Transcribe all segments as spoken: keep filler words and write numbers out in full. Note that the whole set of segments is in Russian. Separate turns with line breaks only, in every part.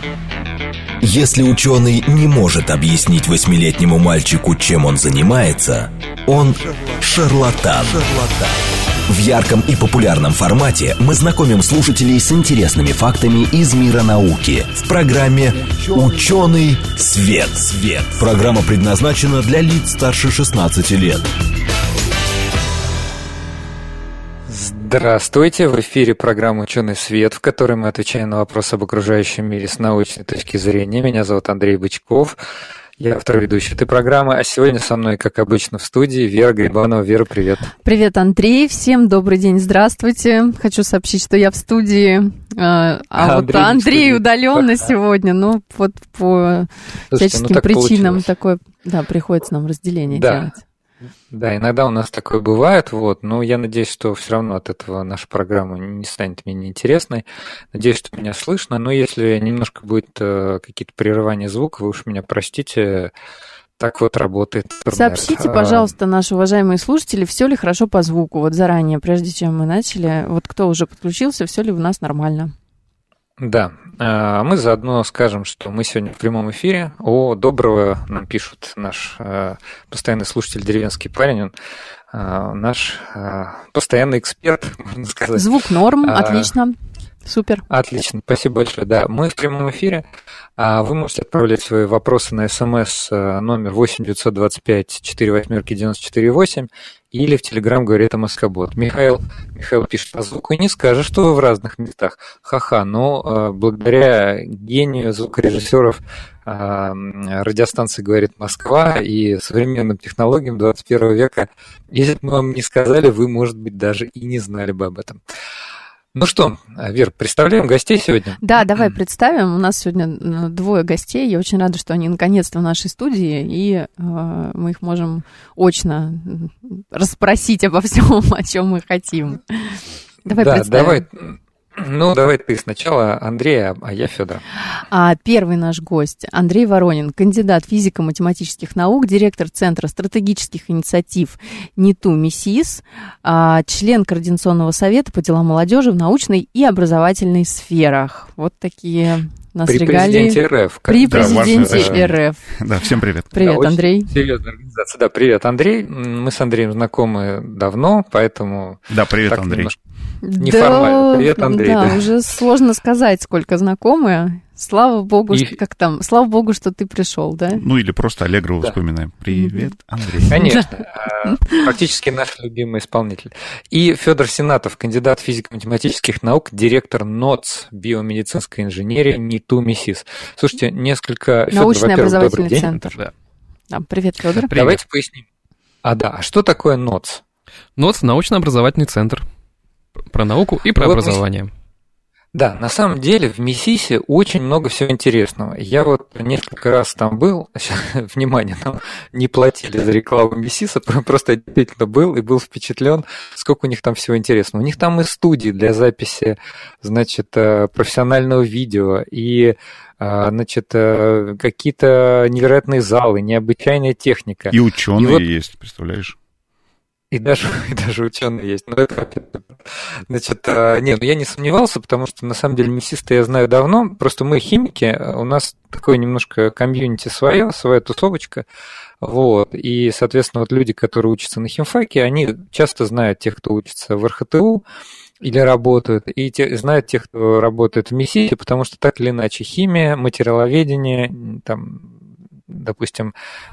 Если ученый не может объяснить восьмилетнему мальчику, чем он занимается, он шарлатан. В ярком и популярном формате мы знакомим слушателей с интересными фактами из мира науки в программе «Ученый свет». Свет. Программа предназначена для лиц старше шестнадцати лет.
Здравствуйте! В эфире программа «Ученый свет», в которой мы отвечаем на вопросы об окружающем мире с научной точки зрения. Меня зовут Андрей Бычков, я автор ведущей этой программы, а сегодня со мной, как обычно, в студии Вера Грибанова. Вера, привет!
Привет, Андрей! Всем добрый день, здравствуйте! Хочу сообщить, что я в студии, а, а Андрей, вот Андрей удаленно сегодня, ну вот по Слушайте, всяческим ну, причинам получилось. Такое, да, приходится нам разделение
да.
делать.
Да, иногда у нас такое бывает, вот, но я надеюсь, что все равно от этого наша программа не станет менее интересной. Надеюсь, что меня слышно, но если немножко будет э, какие-то прерывания звука, вы уж меня простите, так вот работает интернет.
Сообщите, пожалуйста, наши уважаемые слушатели, все ли хорошо по звуку, вот заранее, прежде чем мы начали, вот кто уже подключился, все ли у нас нормально?
Да, мы заодно скажем, что мы сегодня в прямом эфире. О, доброго нам пишут наш постоянный слушатель «Деревенский парень», он наш постоянный эксперт, можно сказать.
Звук норм, а, отлично, супер.
Отлично, спасибо большое. Да, мы в прямом эфире. Вы можете отправлять свои вопросы на смс номер восемь девятьсот двадцать пять четыре восьмерки девяносто четыре восемь или в Телеграм говорит МСК-бот. Михаил, Михаил пишет: по звуку не скажешь, что вы в разных местах. Ха-ха, но э, благодаря гению звукорежиссеров э, радиостанции «Говорит Москва» и современным технологиям двадцать первого века, если бы мы вам не сказали, вы, может быть, даже и не знали бы об этом. Ну что, Вер, представляем гостей сегодня?
Да, давай представим. У нас сегодня двое гостей. Я очень рада, что они наконец-то в нашей студии, и э, мы их можем очно расспросить обо всем, о чем мы хотим. Давай
да,
представим.
Давай. Ну, давай ты сначала, Андрей, а я Федор.
А первый наш гость Андрей Воронин, кандидат физико-математических наук, директор Центра стратегических инициатив НИТУ МИСИС, член Координационного совета по делам молодежи в научной и образовательной сферах. Вот такие нас
При
регалии.
президенте РФ.
При
да,
президенте РФ.
Да, всем привет.
Привет,
да,
Андрей.
Серьезная организация. Да, привет, Андрей. Мы с Андреем знакомы давно, поэтому...
Да, привет, Андрей.
Немножко... Неформально.
Да,
Привет, Андрей.
Да,
да,
уже сложно сказать, сколько знакомые. Слава богу,
И...
что, как там, слава богу, что ты пришел, да?
Ну или просто Аллегрову
да.
вспоминаем. Привет, Андрей.
Конечно. Практически наш любимый исполнитель. И Федор Сенатов, кандидат физико-математических наук, директор НОЦ биомедицинской инженерии НИТУ МИСИС. Слушайте, несколько...
Научный
Федор,
образовательный
добрый
центр.
Да.
Да, привет, Федор.
Привет. Давайте поясним. А да, а что такое НОЦ?
НОЦ – научно-образовательный центр. Про науку и про вот образование. Мы...
Да, на самом деле в МИСИСе очень много всего интересного. Я вот несколько раз там был, внимание, нам не платили за рекламу МИСИСа, просто действительно был и был впечатлен, сколько у них там всего интересного. У них там и студии для записи, значит, профессионального видео, и, значит, какие-то невероятные залы, необычайная техника.
И ученые и вот... есть, представляешь?
И даже, и даже ученые есть. Но это, значит, нет, я не сомневался, потому что на самом деле МИСИС-то я знаю давно. Просто мы химики, у нас такое немножко комьюнити свое, своя тусовочка. Вот. И, соответственно, вот люди, которые учатся на химфаке, они часто знают тех, кто учится в эр ха тэ у или работают, и те, знают тех, кто работает в МИСИСе, потому что так или иначе химия, материаловедение, там, допустим,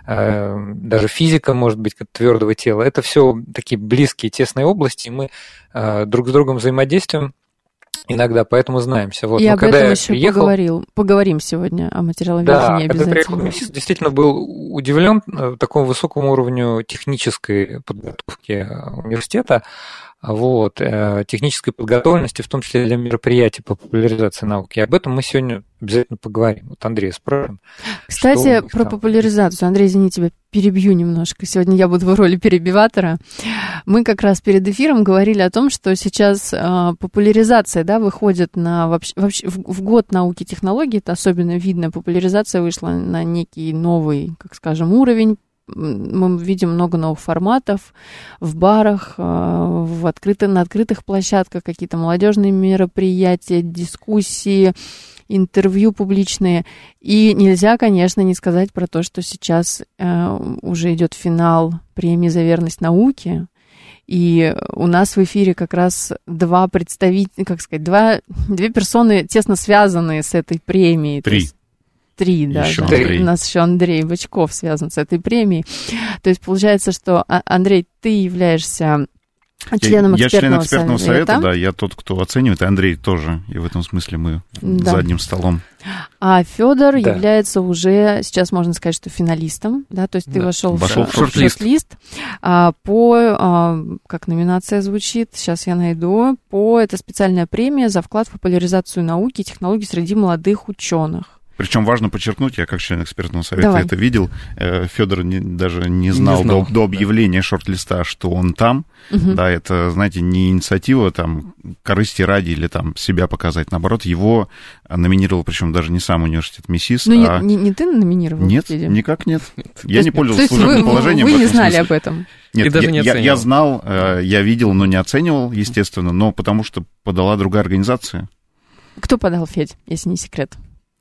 даже физика, может быть, твердого тела. Это все такие близкие, тесные области, и мы друг с другом взаимодействуем иногда, поэтому знаемся. Вот.
И
Но
об
когда
этом
я
еще
приехал,
поговорил, поговорим сегодня о материаловедении
да,
обязательно.
когда приехал в МИСИС, действительно был удивлен такому высокому уровню технической подготовки университета, вот, технической подготовленности, в том числе для мероприятий по популяризации науки. И об этом мы сегодня обязательно поговорим. Вот Андрей спросим.
Кстати, про там... популяризацию. Андрей, извини, тебя перебью немножко. Сегодня я буду в роли перебиватора. Мы как раз перед эфиром говорили о том, что сейчас э, популяризация, да, выходит на вообще, вообще в, в год науки и технологий. Это особенно видно. Популяризация вышла на некий новый, как скажем, уровень. мы видим много новых форматов в барах, в открытых, на открытых площадках, какие-то молодежные мероприятия, дискуссии, интервью публичные. И нельзя, конечно, не сказать про то, что сейчас уже идет финал премии «За верность науке». И у нас в эфире как раз два представителя, как сказать, два, две персоны, тесно связанные с этой премией.
Три.
Три, да.
Еще
да.
Андрей.
У нас еще Андрей Бычков связан с этой премией. То есть получается, что, Андрей, ты являешься членом
я,
экспертного,
я член экспертного
совета,
совета, да, я тот, кто оценивает, и Андрей тоже, и в этом смысле мы
да.
за одним столом.
А Федор
да.
является уже, сейчас можно сказать, что финалистом, да, то есть ты да. вошел,
вошел
в,
в шорт-лист,
шорт-лист а, по, а, как номинация звучит, сейчас я найду, по, это специальная премия за вклад в популяризацию науки и технологий среди молодых ученых.
Причем важно подчеркнуть, я как член экспертного совета
Давай.
это видел, Федор не, даже не знал,
не знал
до, до объявления да. шорт-листа, что он там. Угу. Да, это, знаете, не инициатива там корысти ради или там себя показать. Наоборот, его номинировал, причем даже не сам университет МИСИС.
Ну,
а...
не, не, не ты номинировал?
Нет,
или?
никак нет. Я не пользовался
то
служебным
вы,
положением.
Вы
в
не
этом
знали
смысле.
об этом?
Нет,
и даже
я,
не
я, я знал, я видел, но не оценивал, естественно, но потому что подала другая организация.
Кто подал, Федь, если не секрет?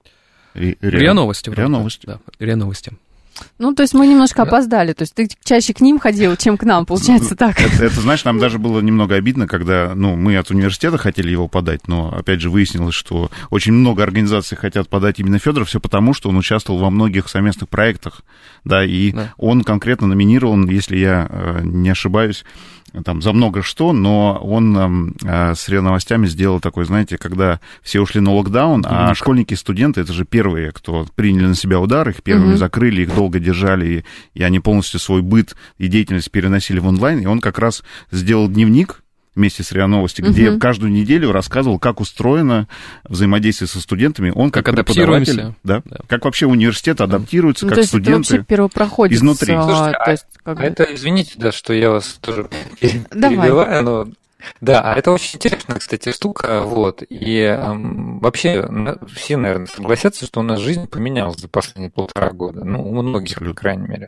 РИА Новости.
РИА Новости.
Да, РИА Новости.
Ну, то есть мы немножко да. опоздали. То есть ты чаще к ним ходил, чем к нам, получается так.
Это, это, знаешь, нам даже было немного обидно, когда, ну, мы от университета хотели его подать, но, опять же, выяснилось, что очень много организаций хотят подать именно Федора, все потому, что он участвовал во многих совместных проектах, да, и да. он конкретно номинирован, если я э, не ошибаюсь, там, за много что, но он э, с РИА Новостями сделал такой, знаете, когда все ушли на локдаун, а mm-hmm. школьники и студенты, это же первые, кто приняли на себя удар, их первыми mm-hmm. закрыли, их долго держали, и, и они полностью свой быт и деятельность переносили в онлайн, и он как раз сделал дневник вместе с РИА Новости, где uh-huh. каждую неделю рассказывал, как устроено взаимодействие со студентами. Он как, как преподаватель, да, да. как вообще университет адаптируется, ну, как
то есть
студенты
это вообще первопроходец
изнутри.
Слушайте,
а, то есть, как
а
бы...
это, извините, да, что я вас тоже перебиваю, но... Да, а это очень интересная, кстати, штука, вот, и эм, вообще все, наверное, согласятся, что у нас жизнь поменялась за последние полтора года, ну, у многих, по крайней мере.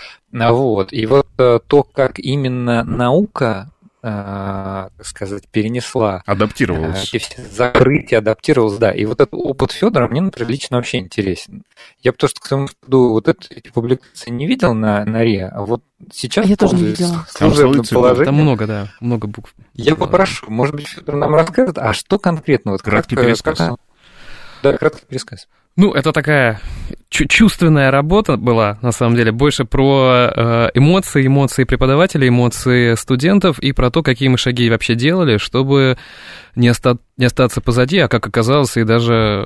Вот, и вот то, как именно наука, так сказать, перенесла.
Адаптировалась.
Эти все закрытия, адаптировалась, да. И вот этот опыт Федора мне, например, лично вообще интересен. Я потому что к своему стыду вот эти публикации не видел на, на РИА, а вот сейчас...
Я тоже не видела.
Служебное положение.
Там много, да, много букв.
Я попрошу, может быть, Федор нам расскажет, а что конкретно? Вот
краткий как, пересказ.
Как... Да, краткий пересказ.
Ну, это такая чувственная работа была, на самом деле, больше про э, эмоции, эмоции преподавателей, эмоции студентов и про то, какие мы шаги вообще делали, чтобы не, оста- не остаться позади, а, как оказалось, и даже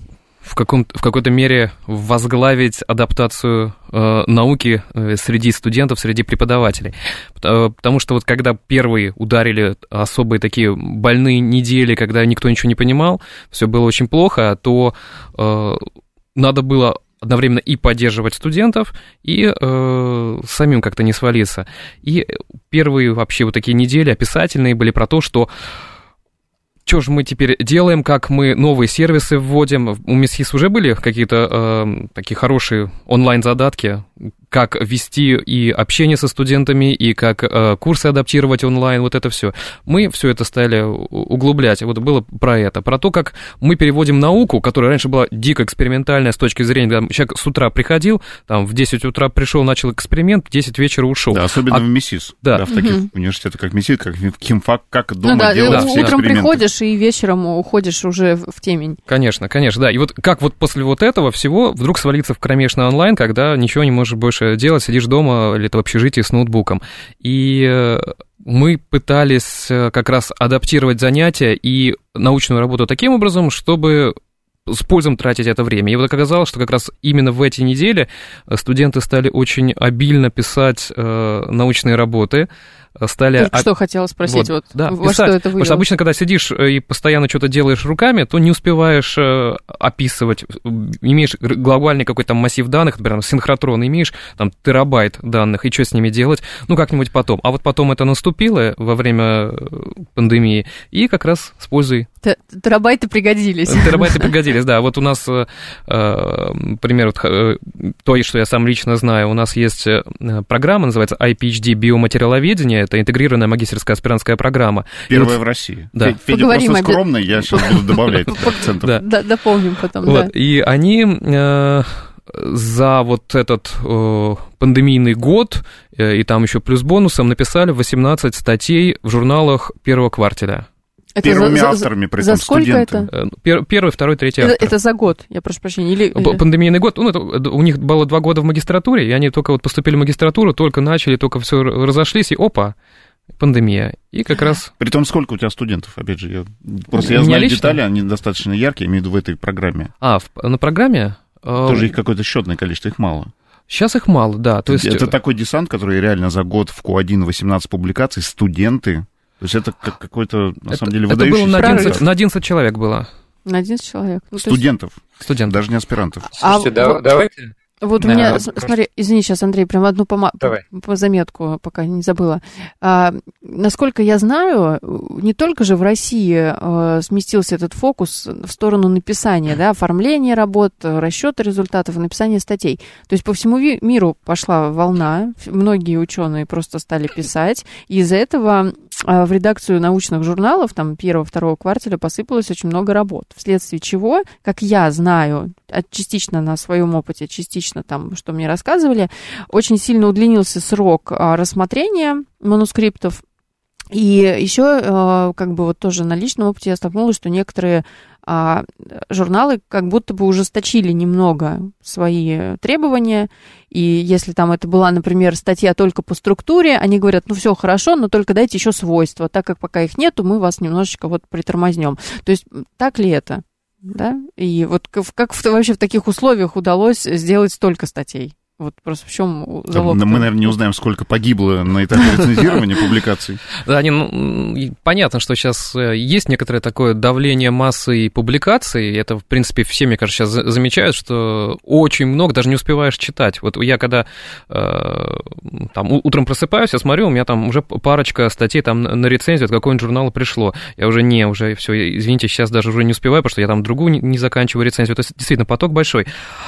в, каком- в какой-то мере возглавить адаптацию э, науки э, среди студентов, среди преподавателей. Потому что вот когда первые ударили особые такие больные недели, когда никто ничего не понимал, все было очень плохо, то э, надо было одновременно и поддерживать студентов, и э, самим как-то не свалиться. И первые вообще вот такие недели описательные были про то, что что же мы теперь делаем, как мы новые сервисы вводим. У МИСИС уже были какие-то э, такие хорошие онлайн-задатки, как вести и общение со студентами, и как э, курсы адаптировать онлайн, вот это все. Мы все это стали углублять. Вот было про это, про то, как мы переводим науку, которая раньше была дико экспериментальная с точки зрения, когда человек с утра приходил, там в десять утра пришел, начал эксперимент, в десять вечера ушел.
Да, особенно
а...
в МИСИС.
Да.
Да, в таких угу. университетах, как МИСИС, как химфак, как дома
ну, да,
делать
да,
все
утром
эксперименты.
Приходишь и вечером уходишь уже в темень.
Конечно, конечно, да. И вот как вот после вот этого всего вдруг свалиться в кромешный онлайн, когда ничего не можешь больше делать, сидишь дома или в общежитии с ноутбуком. И мы пытались как раз адаптировать занятия и научную работу таким образом, чтобы с пользой тратить это время. И вот оказалось, что как раз именно в эти недели студенты стали очень обильно писать э, научные работы, стали...
Только что хотела спросить, вот, вот
да,
во
писать.
что это вылилось?
Потому что обычно, когда сидишь и постоянно что-то делаешь руками, то не успеваешь описывать, имеешь глобальный какой-то там массив данных, например, синхротрон, имеешь там терабайт данных, и что с ними делать? Ну, как-нибудь потом. А вот потом это наступило во время пандемии, и как раз с пользой...
Терабайты пригодились.
Терабайты пригодились, да. Вот у нас, например, то, что я сам лично знаю, у нас есть программа, называется ай пи эйч ди биоматериаловедение, это интегрированная магистерская аспирантская программа.
Первая вот в России.
Да.
Федя
Поговорим
просто скромный, я сейчас буду добавлять акцентов.
Да, дополним потом,
вот.
Да.
И они э, за вот этот э, пандемийный год, э, и там еще плюс бонусом, написали восемнадцать статей в журналах первого кварталя.
Это
Первыми
за,
авторами, при
за
этом
сколько
студентами.
это?
Пер, первый, второй, третий
это,
автор.
это за год, я прошу прощения. Или...
Пандемийный год, ну, это, у них было два года в магистратуре, и они только вот поступили в магистратуру, только начали, только все разошлись, и опа, пандемия. И как раз...
Притом, сколько у тебя студентов, опять же? Я... Просто
У
я знаю
лично?
детали, они достаточно яркие, я имею в виду в этой программе.
А, в, на программе?
Тоже их какое-то счетное количество, их мало.
Сейчас их мало, да. То есть...
Это такой десант, который реально за год в ку один восемнадцать публикаций, студенты... То есть это как какой-то, на
это,
самом деле,
это
выдающийся...
было на одиннадцать, на одиннадцать человек было.
На одиннадцать человек. Ну,
студентов.
Есть... Студентов.
Даже не аспирантов.
Слушайте,
а,
да,
вот,
давайте...
Вот у
да,
меня,
просто...
смотри, извини, сейчас, Андрей, прям одну по, по, по заметку, пока не забыла. А, насколько я знаю, не только же в России а, сместился этот фокус в сторону написания, да, оформления работ, расчета результатов, написания статей. То есть по всему миру пошла волна, многие ученые просто стали писать, и из-за этого а, в редакцию научных журналов, там, первого-второго кварталя посыпалось очень много работ, вследствие чего, как я знаю, частично на своем опыте, частично там, что мне рассказывали, очень сильно удлинился срок а, рассмотрения манускриптов. И еще, а, как бы вот тоже на личном опыте я столкнулась, что некоторые а, журналы как будто бы ужесточили немного свои требования. И если там это была, например, статья только по структуре, они говорят, ну все хорошо, но только дайте еще свойства. Так как пока их нету, мы вас немножечко вот притормознем. То есть так ли это? Да? И вот как, как в, вообще в таких условиях удалось сделать столько статей? Вот просто в чем залог?
Мы, наверное, не узнаем, сколько погибло на этапе рецензирования публикаций.
Да, не, ну, понятно, что сейчас есть некоторое такое давление массы и публикаций. Это, в принципе, все, мне кажется, сейчас замечают, что очень много, даже не успеваешь читать. Вот я когда э, там, утром просыпаюсь, я смотрю, у меня там уже парочка статей там на рецензию от какого-нибудь журнала пришло. Я уже не, уже все, извините, сейчас даже уже не успеваю, потому что я там другую не, не заканчиваю рецензию. То есть, действительно, поток большой.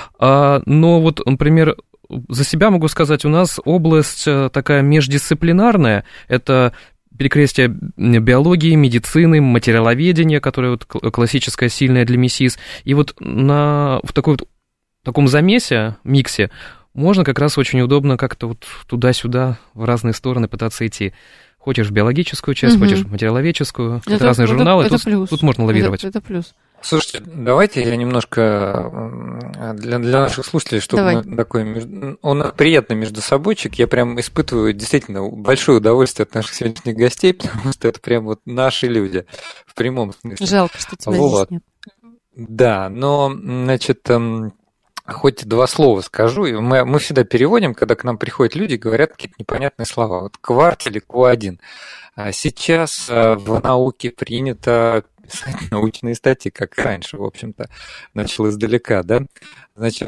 А, но вот, например, за себя могу сказать, у нас область такая междисциплинарная, это перекрестие биологии, медицины, материаловедения, которое вот классическое, сильное для МИСИС, и вот на, в такой вот, таком замесе, миксе, можно как раз очень удобно как-то вот туда-сюда в разные стороны пытаться идти. Хочешь в биологическую часть, угу. хочешь в материаловедческую, это, это разные это, журналы, это, тут, это тут можно лавировать.
Это, это плюс.
Слушайте, давайте я немножко для, для наших слушателей, чтобы
Давай.
мы такой, он приятный междусобойчик, я прям испытываю действительно большое удовольствие от наших сегодняшних гостей, потому что это прям вот наши люди в прямом смысле.
Жалко, что тебя
вот.
здесь нет.
Да, но, значит, хоть два слова скажу, мы, мы всегда переводим, когда к нам приходят люди, говорят какие-то непонятные слова. Вот кварт или ку один. Сейчас в науке принято писать научные статьи, как и раньше, в общем-то, начал издалека, да. Значит,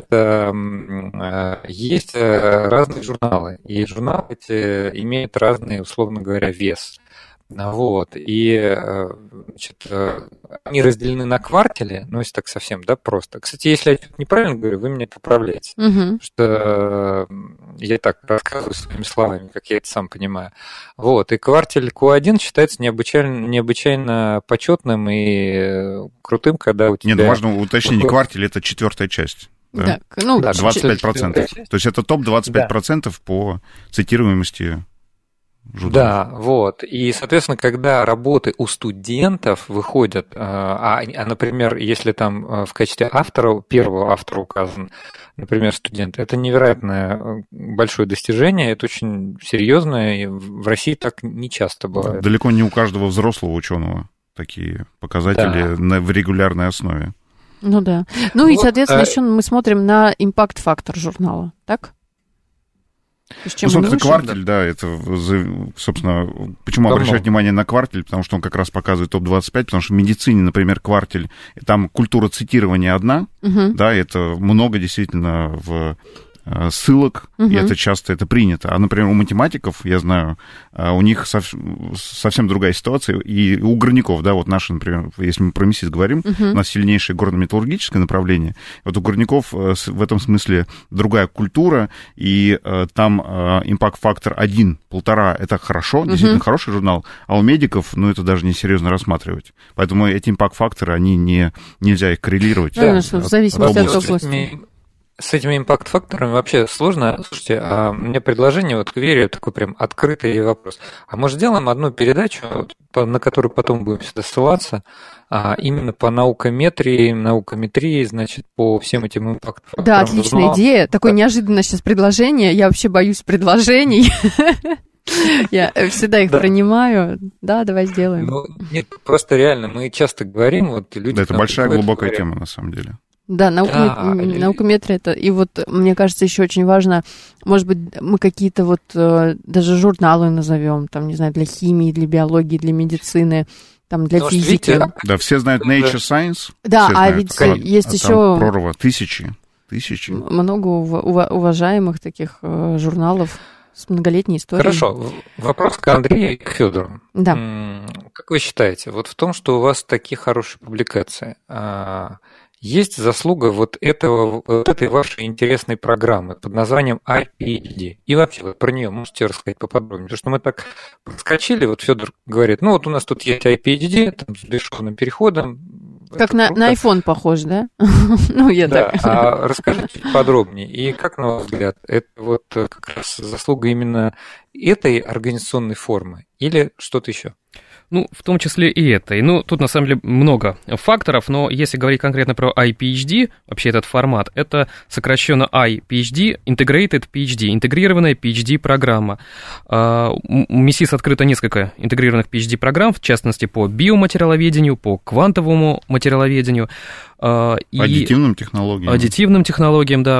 есть разные журналы, и журналы эти имеют разный, условно говоря, вес. Вот, и, значит, они разделены на квартили, ну, если так совсем, да, просто. Кстати, если я неправильно говорю, вы меня поправляете, угу. что я так рассказываю своими словами, как я это сам понимаю. Вот, и квартиль ку один считается необычайно, необычайно почетным и крутым, когда у тебя...
Нет, важно уточнить, не квартиль, это четвертая часть. Да,
да, ну,
двадцать пять процентов. То есть это топ двадцать пять процентов да. по цитируемости журналов.
Да, вот. И, соответственно, когда работы у студентов выходят, а, а, например, если там в качестве автора, первого автора указан, например, студент, это невероятно большое достижение, это очень серьезное, и в России так не часто бывает.
Далеко не у каждого взрослого ученого такие показатели да. на, в регулярной основе.
Ну да. Ну вот, и, соответственно, а... еще мы смотрим на импакт-фактор журнала, так? Чем
ну, собственно,
меньше,
квартель, да, это, собственно, почему обращать внимание на квартель, потому что он как раз показывает топ двадцать пять, потому что в медицине, например, квартель, там культура цитирования одна, угу. да, это много действительно в... ссылок, угу. и это часто это принято. А, например, у математиков, я знаю, у них совсем другая ситуация, и у горняков, да, вот наши, например, если мы про МИСИС говорим, угу. у нас сильнейшее горно-металлургическое направление, вот у горняков в этом смысле другая культура, и там импакт-фактор один, полтора, это хорошо, угу. действительно хороший журнал, а у медиков, ну, это даже несерьезно рассматривать. Поэтому эти импакт-факторы, они не, нельзя их коррелировать.
Да, что в зависимости от области.
С этими импакт-факторами вообще сложно. Слушайте, а у меня предложение вот к Вере такой прям открытый вопрос. А мы сделаем одну передачу, на которую потом будем сюда ссылаться, а именно по наукометрии, наукометрии, значит, по всем этим импакт-факторам.
Да, отличная журнала. Идея. Такое да. неожиданное сейчас предложение. Я вообще боюсь предложений. Я всегда их да. принимаю. Да, давай сделаем.
Ну, нет, просто реально, мы часто говорим, вот люди...
Да, это большая глубокая говорят, тема, на самом деле.
Да, наука, да, наукометрия это, и вот, мне кажется, еще очень важно, может быть, мы какие-то вот даже журналы назовем, там, не знаю, для химии, для биологии, для медицины, там, для Потому физики. Видите,
да, все знают Nature Science.
Да, а
знают,
ведь
а,
есть
а
еще...
прорва, тысячи, тысячи.
Много уважаемых таких журналов с многолетней историей.
Хорошо, вопрос к Андрею и к Федору.
Да.
Как вы считаете, вот в том, что у вас такие хорошие публикации, есть заслуга вот, этого, вот этой вашей интересной программы под названием ай пи эйч ди. И вообще, вот про нее можете рассказать поподробнее? Потому что мы так проскочили, вот Федор говорит, ну вот у нас тут есть ай пи эйч ди, там, с бесшовным переходом.
Как на, на iPhone похож, да? Ну, я
да,
так.
А расскажите подробнее. И как, на ваш взгляд, это вот как раз заслуга именно этой организационной формы или что-то еще?
Ну, в том числе и это. И, ну, тут, на самом деле, много факторов, но если говорить конкретно про ай пи эйч ди, вообще этот формат, это сокращенно ай пи эйч ди, Integrated пи эйч ди, интегрированная пи эйч ди-программа. У МИСИС открыто несколько интегрированных пи эйч ди-программ, в частности, по биоматериаловедению, по квантовому материаловедению. И
аддитивным технологиям.
Аддитивным технологиям, да.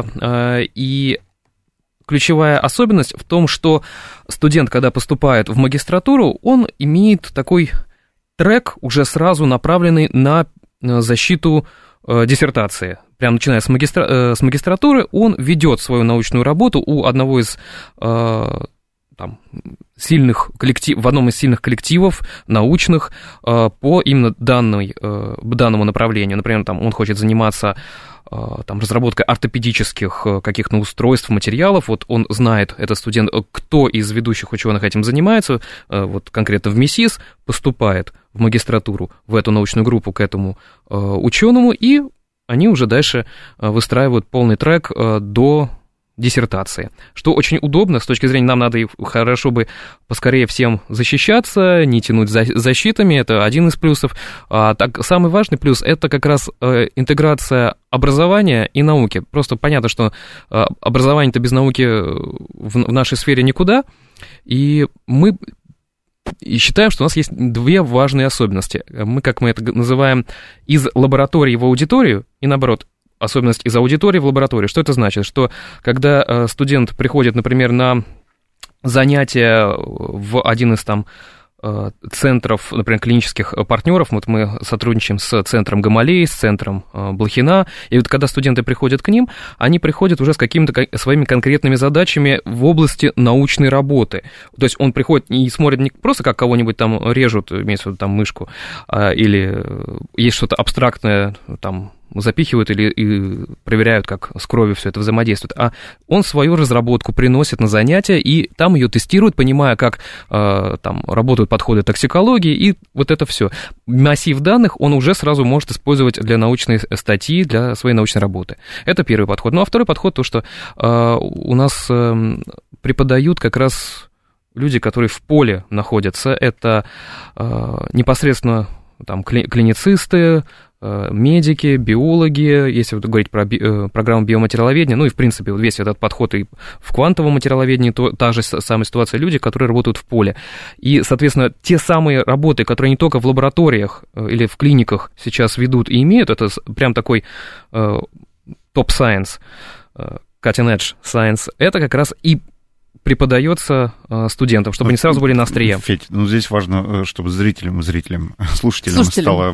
И ключевая особенность в том, что студент, когда поступает в магистратуру, он имеет такой трек, уже сразу направленный на защиту э, диссертации. Прям начиная с, магистра... э, с магистратуры, он ведет свою научную работу у одного из э, там, сильных коллектив... в одном из сильных коллективов научных э, по именно данной, э, данному направлению. Например, там, он хочет заниматься там, разработкой ортопедических каких-то устройств, материалов, вот он знает, этот студент, кто из ведущих ученых этим занимается, вот конкретно в МИСИС, поступает в магистратуру, в эту научную группу к этому ученому, и они уже дальше выстраивают полный трек до диссертации, что очень удобно, с точки зрения, нам надо хорошо бы поскорее всем защищаться, не тянуть за защитами, это один из плюсов. А так, самый важный плюс — это как раз э, интеграция образования и науки. Просто понятно, что э, образование-то без науки в, в нашей сфере никуда, и мы и считаем, что у нас есть две важные особенности. Мы, как мы это называем, из лаборатории в аудиторию, и наоборот, особенность из аудитории в лабораторию. Что это значит? Что когда э, студент приходит, например, на занятия в один из там э, центров, например, клинических партнеров, вот мы сотрудничаем с центром Гамалеи, с центром э, Блохина, и вот когда студенты приходят к ним, они приходят уже с какими-то своими конкретными задачами в области научной работы. То есть он приходит и смотрит не просто, как кого-нибудь там режут, имеется в виду там мышку, а, или есть что-то абстрактное, там, запихивают или и проверяют, как с кровью все это взаимодействует, а он свою разработку приносит на занятия и там ее тестирует, понимая, как э, там работают подходы токсикологии, и вот это все. Массив данных он уже сразу может использовать для научной статьи, для своей научной работы. Это первый подход. Ну, а второй подход, то, что э, у нас э, преподают как раз люди, которые в поле находятся, это э, непосредственно там клиницисты, медики, биологи, если вот говорить про би, программу биоматериаловедения, ну и, в принципе, вот весь этот подход и в квантовом материаловедении, то, та же самая ситуация, люди, которые работают в поле. И, соответственно, те самые работы, которые не только в лабораториях или в клиниках сейчас ведут и имеют, это прям такой топ-сайенс, cutting-edge science, это как раз и преподается студентам, чтобы они сразу были на острие.
Федь, ну здесь важно, чтобы зрителям, зрителям, слушателям, слушателям стало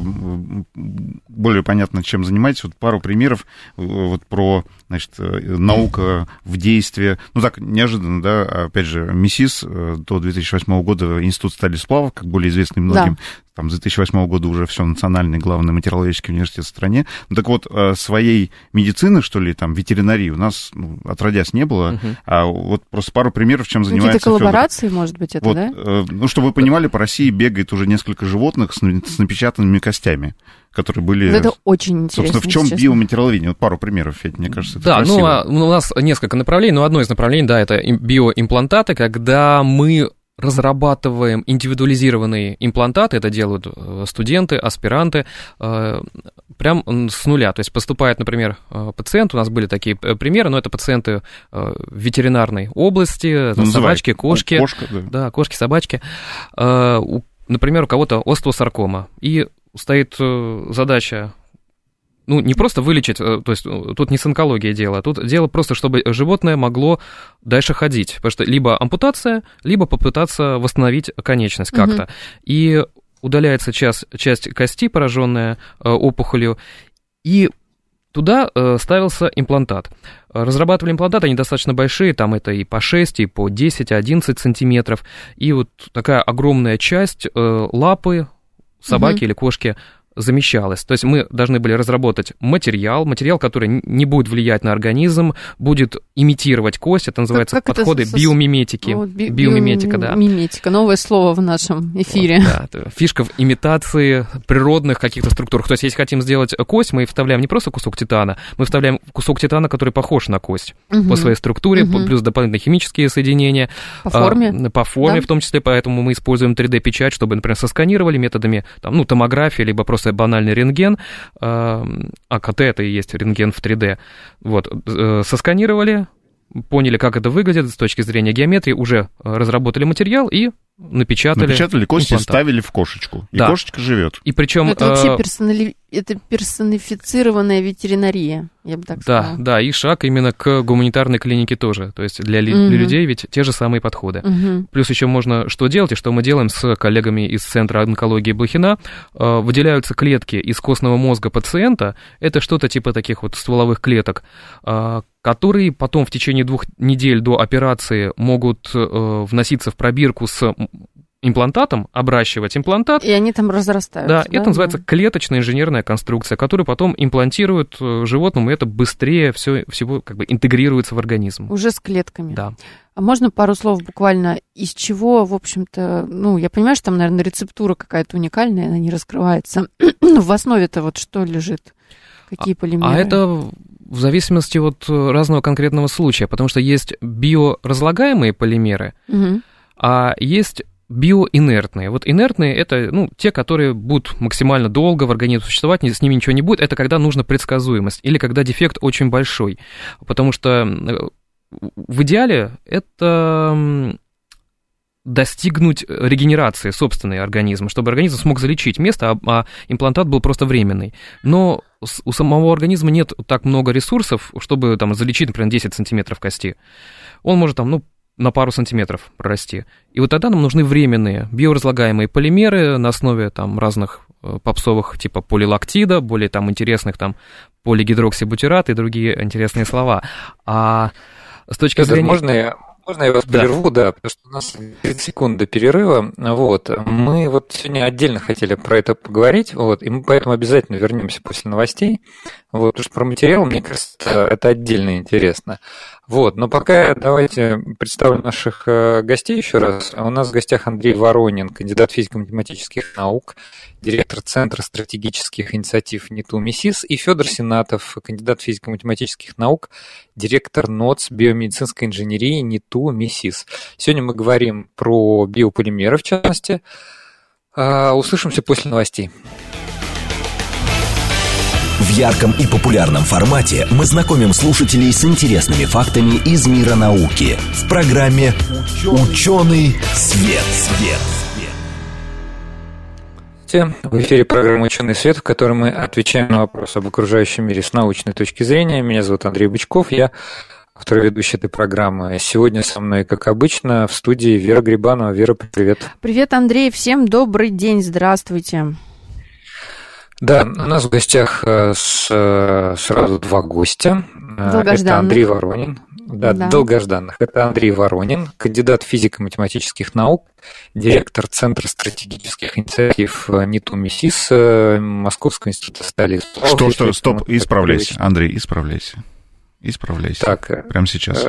более понятно, чем занимаетесь. Вот пару примеров вот про, значит, наука в действии. Ну так, неожиданно, да, опять же, МИСИС до две тысячи восьмого года Институт стали сплавов, как более известный многим. Да. Там с две тысячи восьмого года уже все национальный главный материаловедческий университет в стране. Ну, так вот, своей медицины, что ли, там, ветеринарии у нас, ну, отродясь не было, uh-huh. а вот просто пару примеров, чем занимается
Какие-то коллаборации, Фёдор. Может быть, это,
вот,
да?
Ну, чтобы вы понимали, по России бегает уже несколько животных с, с напечатанными костями, которые были...
Вот это очень интересно.
Собственно, в чем биоматериаловедение? Вот пару примеров, Федь, мне кажется, это
да,
красиво.
Ну, а, у нас несколько направлений, но одно из направлений, да, это биоимплантаты, когда мы разрабатываем индивидуализированные имплантаты, это делают студенты, аспиранты, прям с нуля. То есть поступает, например, пациент, у нас были такие примеры, но это пациенты в ветеринарной области, ну, собачки, кошки.
Кошка, да.
Да, кошки, собачки. Например, у кого-то остеосаркома. И стоит задача, ну, не просто вылечить, то есть тут не с онкологией дело, тут дело просто, чтобы животное могло дальше ходить, потому что либо ампутация, либо попытаться восстановить конечность как-то. Угу. И удаляется часть, часть кости, пораженная опухолью, и туда ставился имплантат. Разрабатывали имплантаты, они достаточно большие, там это и по шесть, и по десять-одиннадцать сантиметров, и вот такая огромная часть лапы собаки угу. или кошки замещалось. То есть мы должны были разработать материал, материал, который не будет влиять на организм, будет имитировать кость, это называется как, как подходы это биомиметики. Вот, би- биомиметика, да.
Биомиметика, новое слово в нашем эфире.
Вот, да, фишка в имитации природных каких-то структур. То есть если хотим сделать кость, мы вставляем не просто кусок титана, мы вставляем кусок титана, который похож на кость угу. по своей структуре, угу. плюс дополнительные химические соединения.
По форме.
А, по форме,
да.
в том числе, поэтому мы используем три дэ-печать, чтобы, например, сосканировали методами там, ну, томографии, либо просто банальный рентген, а ка тэ это и есть рентген в три дэ, вот, сосканировали, поняли, как это выглядит с точки зрения геометрии, уже разработали материал и напечатали.
Напечатали кости, имплантат. Ставили в кошечку, и да. кошечка живет.
И причем
это вообще персонали... это персонифицированная ветеринария, я бы так
да,
сказала.
Да, и шаг именно к гуманитарной клинике тоже. То есть для, угу. для людей ведь те же самые подходы. Угу. Плюс еще можно что делать, и что мы делаем с коллегами из Центра онкологии Блохина. Выделяются клетки из костного мозга пациента, это что-то типа таких вот стволовых клеток, которые потом в течение двух недель до операции могут вноситься в пробирку с имплантатом, обращивать имплантат.
И они там разрастаются.
Да, да? Это называется клеточная инженерная конструкция, которую потом имплантируют животному, и это быстрее все, всего как бы интегрируется в организм.
Уже с клетками.
Да.
А можно пару слов буквально, из чего, в общем-то, ну, я понимаю, что там, наверное, рецептура какая-то уникальная, она не раскрывается. В основе-то вот что лежит? Какие полимеры?
А это в зависимости от разного конкретного случая, потому что есть биоразлагаемые полимеры, угу. а есть биоинертные. Вот инертные — это, ну, те, которые будут максимально долго в организме существовать, с ними ничего не будет. Это когда нужна предсказуемость или когда дефект очень большой. Потому что в идеале это достигнуть регенерации собственной организма, чтобы организм смог залечить место, а, а имплантат был просто временный. Но у самого организма нет так много ресурсов, чтобы там залечить, например, десять сантиметров кости. Он может там, ну, на пару сантиметров прорасти. И вот тогда нам нужны временные биоразлагаемые полимеры на основе там разных попсовых типа полилактида, более там интересных там полигидроксибутират и другие интересные слова. А с точки
Это
зрения...
Можно я... Можно я вас да. прерву, да, потому что у нас тридцать секунд до перерыва. Вот. Мы вот сегодня отдельно хотели про это поговорить, вот, и мы поэтому обязательно вернемся после новостей. Вот, потому что про материал, мне кажется, это отдельно интересно. Вот, но пока давайте представлю наших гостей еще раз. У нас в гостях Андрей Воронин, кандидат физико-математических наук, директор Центра стратегических инициатив НИТУ МИСИС, и Федор Сенатов, кандидат физико-математических наук, директор НОЦ биомедицинской инженерии НИТУ МИСИС. Сегодня мы говорим про биополимеры, в частности. Услышимся после новостей.
В ярком и популярном формате мы знакомим слушателей с интересными фактами из мира науки в программе «Ученый свет». свет.
В эфире программа «Ученый свет», в которой мы отвечаем на вопросы об окружающем мире с научной точки зрения. Меня зовут Андрей Бычков. Я автор и ведущий этой программы. Сегодня со мной, как обычно, в студии Вера Грибанова. Вера, привет.
Привет, Андрей, всем добрый день, здравствуйте.
Да, у нас в гостях с, сразу два гостя. Это Андрей Воронин. Да, да, долгожданных. Это Андрей Воронин, кандидат физико-математических наук, директор Центра стратегических инициатив НИТУ МИСИС Московского института стали.
Что, что, стоп, исправляйся, Андрей, исправляйся. Исправляйся.
Так,
прямо сейчас.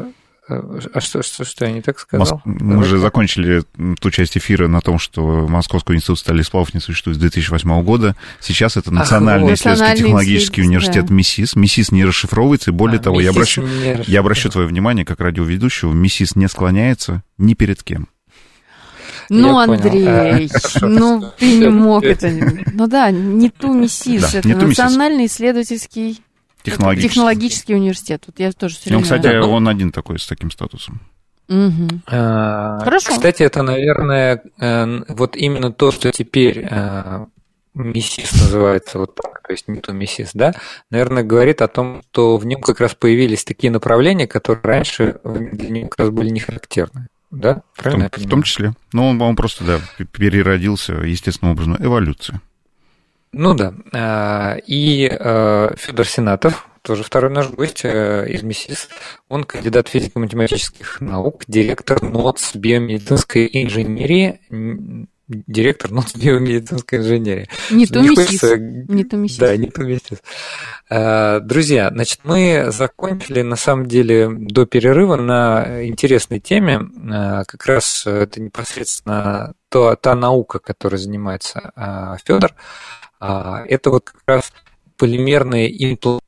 А что, что, что я не так сказал?
Моск... Мы же закончили ту часть эфира на том, что Московский институт стали и сплавов не существует с две тысячи восьмого года. Сейчас это Национальный исследовательско-технологический университет да. МИСИС. МИСИС не расшифровывается, и более а, того, я обращу, я обращу твое внимание, как радиоведущего, МИСИС не склоняется ни перед кем.
Ну, я Андрей, ну ты не мог это... Ну да, НИТУ МИСИС, это Национальный исследовательский... Технологический. Технологический университет. Вот я тоже все время...
Ну, кстати, он один такой с таким статусом.
Угу.
А,
Хорошо.
Кстати, это, наверное, вот именно то, что теперь МИСИС называется вот так, то есть НИТУ МИСИС, да, наверное, говорит о том, что в нем как раз появились такие направления, которые раньше для него как раз были не характерны. Да? Правильно
в том, в том числе. Ну, он, он просто, да, переродился естественным образом. Эволюция.
Ну да, и Федор Сенатов, тоже второй наш гость из МИСИС, он кандидат физико-математических наук, директор НОЦ биомедицинской инженерии, директор НОЦ биомедицинской инженерии.
НИТУ МИСИС. НИТУ МИСИС.
Да, НИТУ МИСИС. Друзья, значит, мы закончили, на самом деле, до перерыва на интересной теме, как раз это непосредственно то, та наука, которой занимается Федор. Это вот как раз полимерные импланты.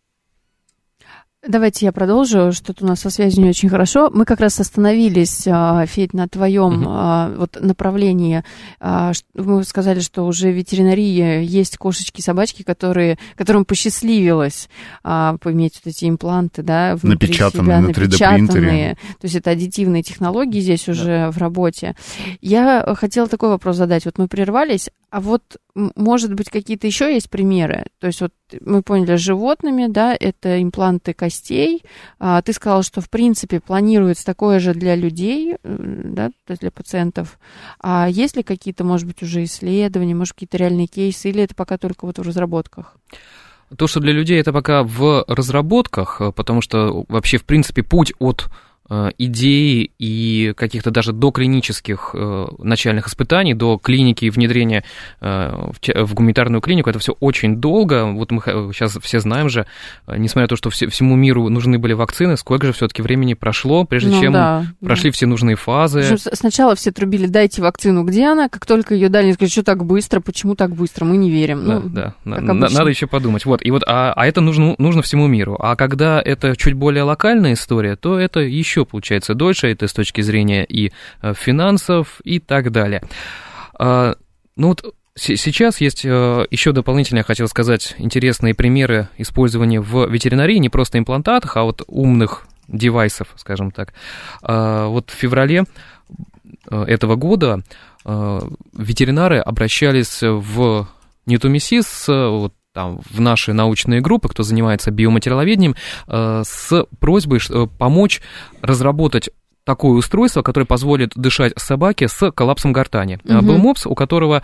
Давайте я продолжу, что-то у нас со связью не очень хорошо. Мы как раз остановились, Федь, на твоем uh-huh. вот, направлении. Мы сказали, что уже в ветеринарии есть кошечки и собачки, которые, которым посчастливилось поиметь вот эти импланты, да, внутри
напечатанные,
себя,
на три дэ-принтере.
То есть это аддитивные технологии здесь уже yeah. в работе. Я хотела такой вопрос задать. Вот мы прервались, а вот, может быть, какие-то еще есть примеры? То есть вот мы поняли, с животными, да, это импланты костей. А, ты сказал, что, в принципе, планируется такое же для людей, да, для пациентов. А есть ли какие-то, может быть, уже исследования, может, какие-то реальные кейсы, или это пока только вот в разработках?
То, что для людей это пока в разработках, потому что вообще, в принципе, путь от идеи и каких-то даже доклинических э, начальных испытаний, до клиники и внедрения э, в, в гуманитарную клинику, это все очень долго. Вот мы сейчас все знаем же, несмотря на то, что все, всему миру нужны были вакцины, сколько же все-таки времени прошло, прежде ну, чем да, прошли да. все нужные фазы.
Сначала все трубили, дайте вакцину, где она? Как только ее дали, они сказали, что так быстро, почему так быстро, мы не верим.
Да,
ну,
да, надо еще подумать. Вот, и вот, а, а это нужно, нужно всему миру. А когда это чуть более локальная история, то это еще получается дольше, это с точки зрения и финансов и так далее. Ну вот сейчас есть еще дополнительно, я хотел сказать, интересные примеры использования в ветеринарии, не просто имплантатах, а вот умных девайсов, скажем так. Вот в феврале этого года ветеринары обращались в НИТУ МИСИС, вот, там, в наши научные группы, кто занимается биоматериаловедением, с просьбой помочь разработать такое устройство, которое позволит дышать собаке с коллапсом гортани. Угу. Был мопс, у которого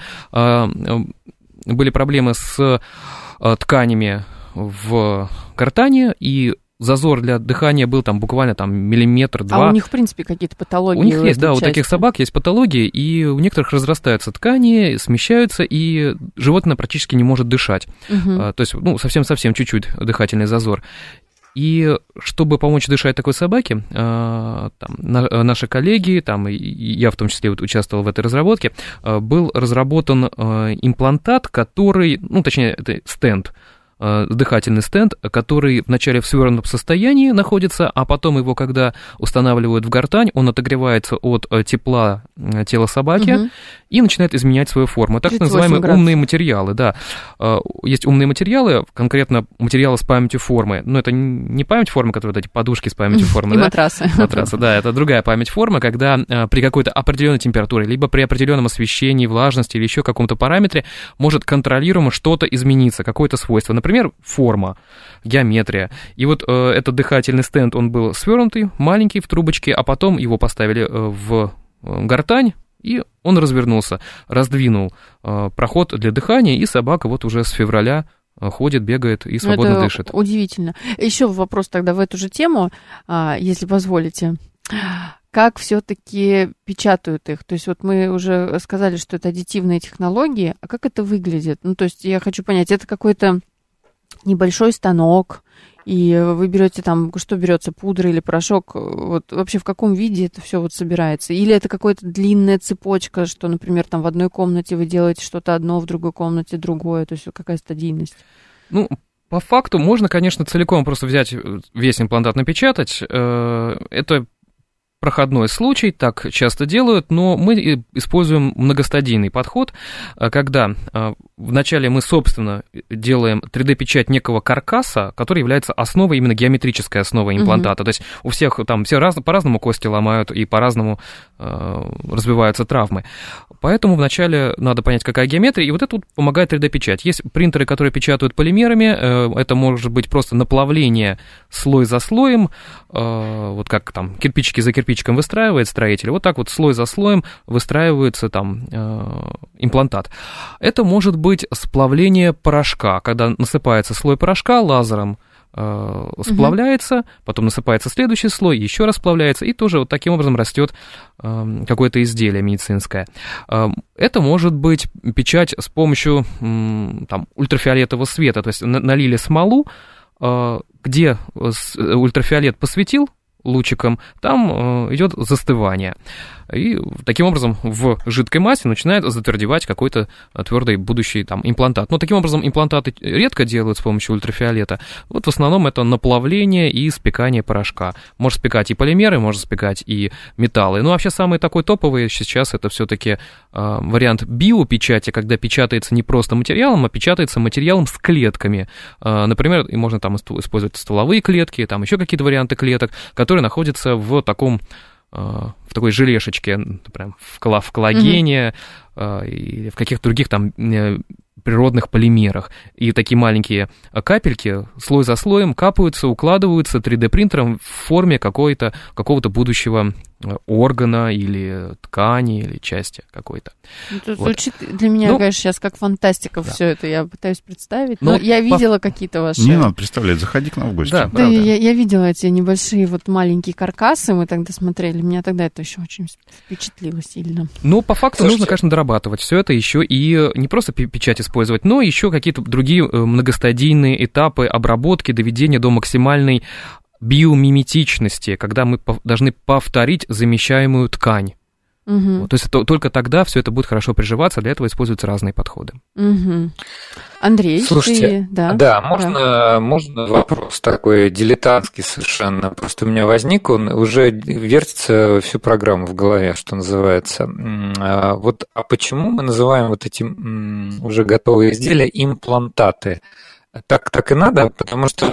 были проблемы с тканями в гортани, и зазор для дыхания был там буквально там миллиметр-два.
А у них, в принципе, какие-то патологии?
У них есть, да, части. У таких собак есть патологии, и у некоторых разрастаются ткани, смещаются, и животное практически не может дышать. Угу. А, то есть, ну, совсем-совсем чуть-чуть дыхательный зазор. И чтобы помочь дышать такой собаке, там, наши коллеги, там, и я в том числе вот участвовал в этой разработке, был разработан имплантат, который, ну, точнее, это стенд, дыхательный стенд, который вначале в свернутом состоянии находится, а потом его, когда устанавливают в гортань, он отогревается от тепла тела собаки угу. и начинает изменять свою форму. Так называемые градусов. Умные материалы, да. Есть умные материалы, конкретно материалы с памятью формы. Но это не память формы, которые вот эти подушки с памятью формы.
И
да?
матрасы.
Матрасы, да, это другая память формы, когда при какой-то определенной температуре, либо при определенном освещении, влажности или еще каком-то параметре может контролируемо что-то измениться, какое-то свойство. Например, Например, форма, геометрия. И вот э, этот дыхательный стенд, он был свернутый, маленький, в трубочке, а потом его поставили э, в гортань, и он развернулся, раздвинул э, проход для дыхания, и собака вот уже с февраля ходит, бегает и свободно
это
дышит.
Удивительно. Еще вопрос тогда в эту же тему, если позволите. Как все-таки печатают их? То есть вот мы уже сказали, что это аддитивные технологии, а как это выглядит? Ну, то есть я хочу понять, это какой-то небольшой станок, и вы берете там, что берется, пудра или порошок, вот вообще в каком виде это все вот собирается? Или это какая-то длинная цепочка, что, например, там в одной комнате вы делаете что-то одно, в другой комнате другое, то есть какая стадийность?
Ну, по факту можно, конечно, целиком просто взять весь имплантат, напечатать. Это проходной случай, так часто делают, но мы используем многостадийный подход, когда вначале мы, собственно, делаем три дэ-печать некого каркаса, который является основой, именно геометрической основой имплантата. Mm-hmm. То есть у всех там все раз, по-разному кости ломают и по-разному э, разбиваются травмы. Поэтому вначале надо понять, какая геометрия, и вот это вот помогает три дэ-печать. Есть принтеры, которые печатают полимерами, э, это может быть просто наплавление слой за слоем, э, вот как там кирпичики за кирпичиком выстраивает строитель, вот так вот слой за слоем выстраивается там э, имплантат. Это может быть сплавление порошка, когда насыпается слой порошка лазером, э, сплавляется, угу. потом насыпается следующий слой, еще раз сплавляется, и тоже вот таким образом растет э, какое-то изделие медицинское. Э, это может быть печать с помощью э, там, ультрафиолетового света, то есть налили смолу, э, где ультрафиолет посветил лучиком, там э, идет застывание. И таким образом в жидкой массе начинает затвердевать какой-то твердый будущий там имплантат. Но таким образом имплантаты редко делают с помощью ультрафиолета. Вот в основном это наплавление и спекание порошка. Может спекать и полимеры, может спекать и металлы. Но вообще самый такой топовый сейчас это все-таки э, вариант биопечати, когда печатается не просто материалом, а печатается материалом с клетками. Э, например, можно там использовать стволовые клетки, там еще какие-то варианты клеток, которые находятся в таком в такой желешечке, например, в коллагене mm-hmm. или в каких-то других там природных полимерах. И такие маленькие капельки слой за слоем капаются, укладываются три дэ-принтером в форме какой-то, какого-то будущего органа или ткани, или части какой-то.
Это вот. Звучит для меня, ну, конечно, сейчас как фантастика да. все это. Я пытаюсь представить. Но, но я видела по... какие-то ваши...
Не надо представлять, заходи к нам в гости.
Да, да я, я видела эти небольшие вот маленькие каркасы, мы тогда смотрели. Меня тогда это еще очень впечатлило сильно.
Ну, по факту Слушайте... нужно, конечно, дорабатывать все это еще и не просто печать использовать, но еще какие-то другие многостадийные этапы обработки, доведения до максимальной биомиметичности, когда мы должны повторить замещаемую ткань. Угу. Вот, то есть то, только тогда все это будет хорошо приживаться, для этого используются разные подходы.
Угу. Андрей,
слушайте,
ты... да,
да, можно, да. можно вопрос такой дилетантский совершенно, просто у меня возник, он уже вертится всю программу в голове, что называется. Вот, а почему мы называем вот эти уже готовые изделия имплантаты? Так, так и надо, потому что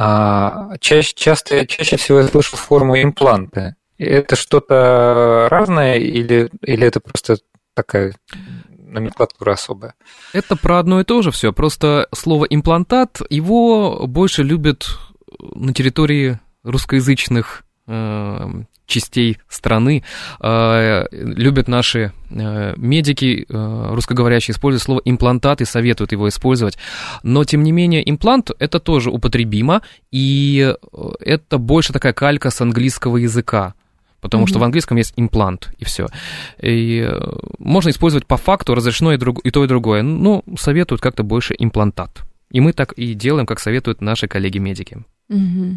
а, чаще, часто, чаще всего я слышу форму импланты. Это что-то разное или, или это просто такая номенклатура особая?
Это про одно и то же все. Просто слово имплантат, его больше любят на территории русскоязычных э, частей страны. Э, любят наши э, медики э, русскоговорящие используют слово имплантат и советуют его использовать. Но, тем не менее, имплант — это тоже употребимо, и это больше такая калька с английского языка. Потому mm-hmm. что в английском есть имплант, и все. И можно использовать по факту, разрешено и, друг, и то, и другое. Но советуют как-то больше имплантат. И мы так и делаем, как советуют наши коллеги-медики.
Mm-hmm.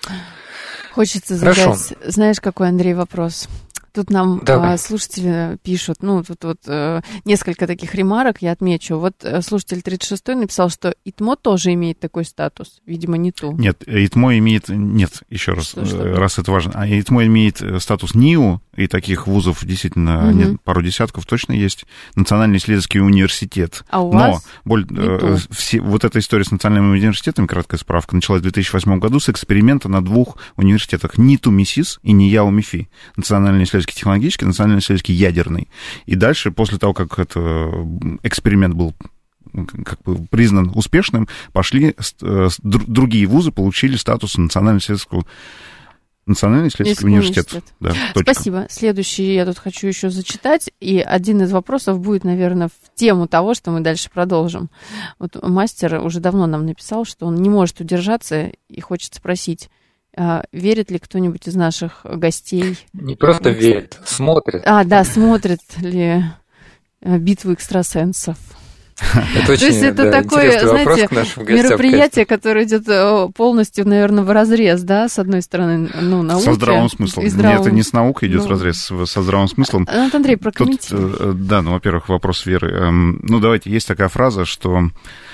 Хочется задать, Хорошо. Знаешь, какой, Андрей, вопрос? Тут нам а, слушатели пишут, ну, тут вот а, несколько таких ремарок я отмечу. Вот а, слушатель тридцать шестой написал, что ИТМО тоже имеет такой статус, видимо, не ту.
Нет, ИТМО имеет, нет, еще раз, что, что раз это важно, а ИТМО имеет статус НИУ, и таких вузов действительно угу. нет, пару десятков точно есть, Национальный исследовательский университет.
А у
Но
вас
боль, э, все, вот эта история с национальными университетами, краткая справка, началась в две тысячи восьмом году с эксперимента на двух университетах, НИТУ МИСИС и НИЯУ МИФИ, Национальный исследовательский технологический, национально-исследовательский ядерный. И дальше, после того, как этот эксперимент был как бы признан успешным, пошли другие вузы, получили статус национально-исследовательского Национальный исследовательский университет. университет. Да,
спасибо. Следующий я тут хочу еще зачитать. И один из вопросов будет, наверное, в тему того, что мы дальше продолжим. Вот мастер уже давно нам написал, что он не может удержаться и хочет спросить, а, верит ли кто-нибудь из наших гостей?
Не просто верит, смотрит.
А, да, смотрит ли битву экстрасенсов.
Это очень,
То есть это
да,
такое, знаете,
гостям,
мероприятие, которое идет полностью, наверное, вразрез, да, с одной стороны, ну, науки.
Со здравым смыслом. Здравым... Нет, это не с наукой идет ну... разрез, со здравым смыслом.
А, Андрей, прокомментируй.
Тут, да, ну, во-первых, вопрос веры. Ну, давайте, есть такая фраза, что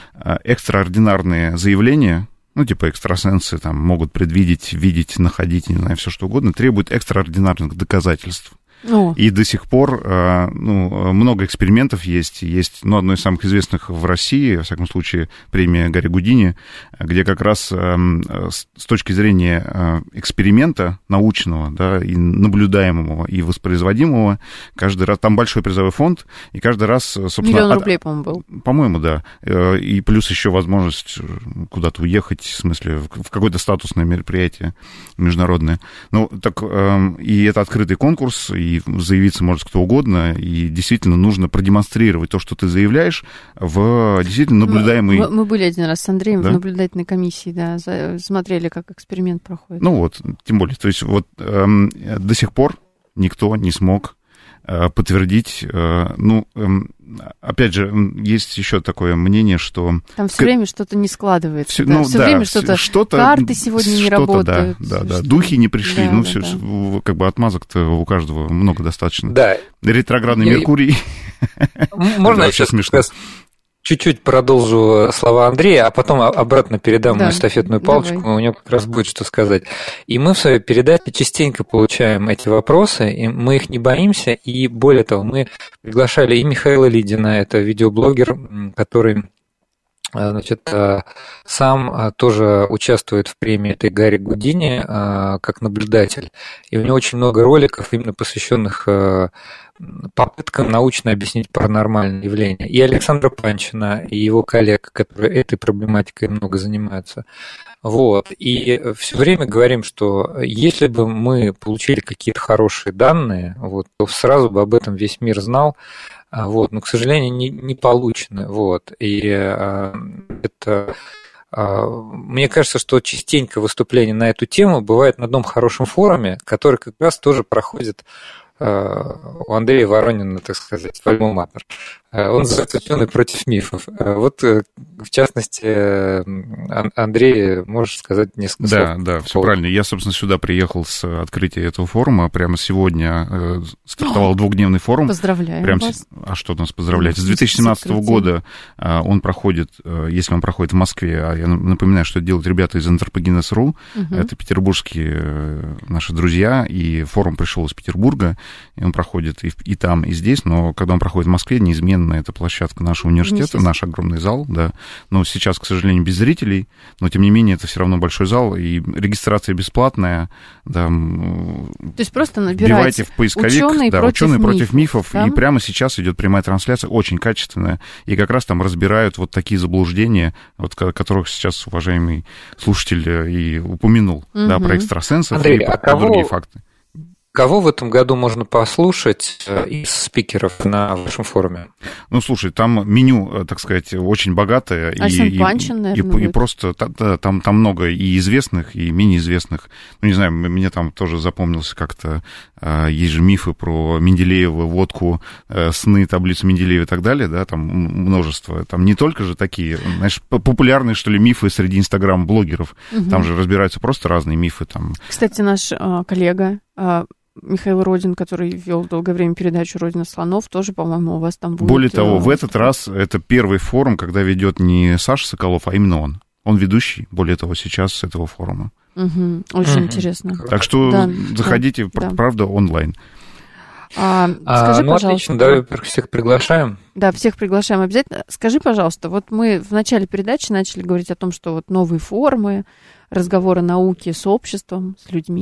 экстраординарные заявления, ну, типа экстрасенсы там могут предвидеть, видеть, находить, не знаю, все что угодно, требуют экстраординарных доказательств. О. И до сих пор ну, много экспериментов есть. Есть ну, одно из самых известных в России, во всяком случае, премия Гарри Гудини, где как раз с точки зрения эксперимента научного, да, и наблюдаемого, и воспроизводимого, каждый раз... Там большой призовой фонд, и каждый раз, собственно...
Миллион рублей, от... по-моему, был.
По-моему, да. И плюс еще возможность куда-то уехать, в смысле, в какое-то статусное мероприятие международное. Ну, так, и это открытый конкурс, и и заявиться может кто угодно, и действительно нужно продемонстрировать то, что ты заявляешь, в действительно наблюдаемый...
Мы, мы были один раз с Андреем да? в наблюдательной комиссии, да, смотрели, как эксперимент проходит.
Ну вот, тем более, то есть вот эм, до сих пор никто не смог э, подтвердить, э, ну, э, опять же, есть еще такое мнение, что...
Там все к... время что-то не складывается,
все,
да,
ну,
все
да,
время что-то, что-то, карты сегодня не работают.
Да, да, да, духи не пришли, да, ну, да, все, да. Как бы отмазок-то у каждого много достаточно.
Да.
Ретроградный Я... Меркурий.
Можно я сейчас смешно? Чуть-чуть продолжу слова Андрея, а потом обратно передам да, эстафетную палочку, давай. У него как раз будет что сказать. И мы в своей передаче частенько получаем эти вопросы, и мы их не боимся, и более того, мы приглашали и Михаила Лидина, это видеоблогер, который... Значит, сам тоже участвует в премии этой Гарри Гудини как наблюдатель, и у него очень много роликов, именно посвященных попыткам научно объяснить паранормальные явления. И Александра Панчина, и его коллег, которые этой проблематикой много занимаются. Вот. И все время говорим, что если бы мы получили какие-то хорошие данные, вот, то сразу бы об этом весь мир знал. Вот, но, к сожалению, не, не получено. Вот. И а, это, а, мне кажется, что частенько выступления на эту тему бывает на одном хорошем форуме, который как раз тоже проходит а, у Андрея Воронина, так сказать, в альма-матер. Он называется «Ученый против мифов». Вот, в частности, Андрей, можешь сказать несколько
да,
слов?
Да, да, все правильно. Я, собственно, сюда приехал с открытия этого форума. Прямо сегодня стартовал двухдневный форум.
Поздравляю
Прям
вас.
А что нас поздравлять? С две тысячи семнадцатого года он проходит, если он проходит в Москве, а я напоминаю, что это делают ребята из Anthropogenes точка ру, угу. Это петербургские наши друзья, и форум пришел из Петербурга, и он проходит и, и там, и здесь, но когда он проходит в Москве, неизменно это площадка нашего университета, наш огромный зал, да. Но сейчас, к сожалению, без зрителей, но тем не менее это все равно большой зал, и регистрация бесплатная, да.
То есть просто набирайте
вбивайте в поисковик,
ученые
да,
против
ученые
мифов,
против мифов,
да?
И прямо сейчас идет прямая трансляция, очень качественная, и как раз там разбирают вот такие заблуждения, вот, которых сейчас уважаемый слушатель и упомянул, угу. да, про экстрасенсов
Андрей,
и
а
про
кого...
другие факты.
Кого в этом году можно послушать из спикеров на вашем форуме?
Ну, слушай, там меню, так сказать, очень богатое.
Александр
и,
Панчин,
и,
наверное,
и, и просто там, там много и известных, и менее известных. Ну, не знаю, мне там тоже запомнился как-то, есть же мифы про Менделеева, водку, сны, таблицу Менделеева и так далее, да, там множество. Там не только же такие, знаешь, популярные, что ли, мифы среди инстаграм-блогеров. Угу. Там же разбираются просто разные мифы. Там.
Кстати, наш а, коллега... А... Михаил Родин, который вел долгое время передачу «Родина слонов», тоже, по-моему, у вас там будет...
Более того, в этот раз это первый форум, когда ведет не Саша Соколов, а именно он. Он ведущий, более того, сейчас с этого форума.
Угу, очень угу. интересно.
Так что да, заходите,
да,
правда, онлайн.
А, скажи,
а, ну,
пожалуйста...
Отлично, давай всех приглашаем.
Да, всех приглашаем обязательно. Скажи, пожалуйста, вот мы в начале передачи начали говорить о том, что вот новые формы, разговоры науки с обществом, с людьми.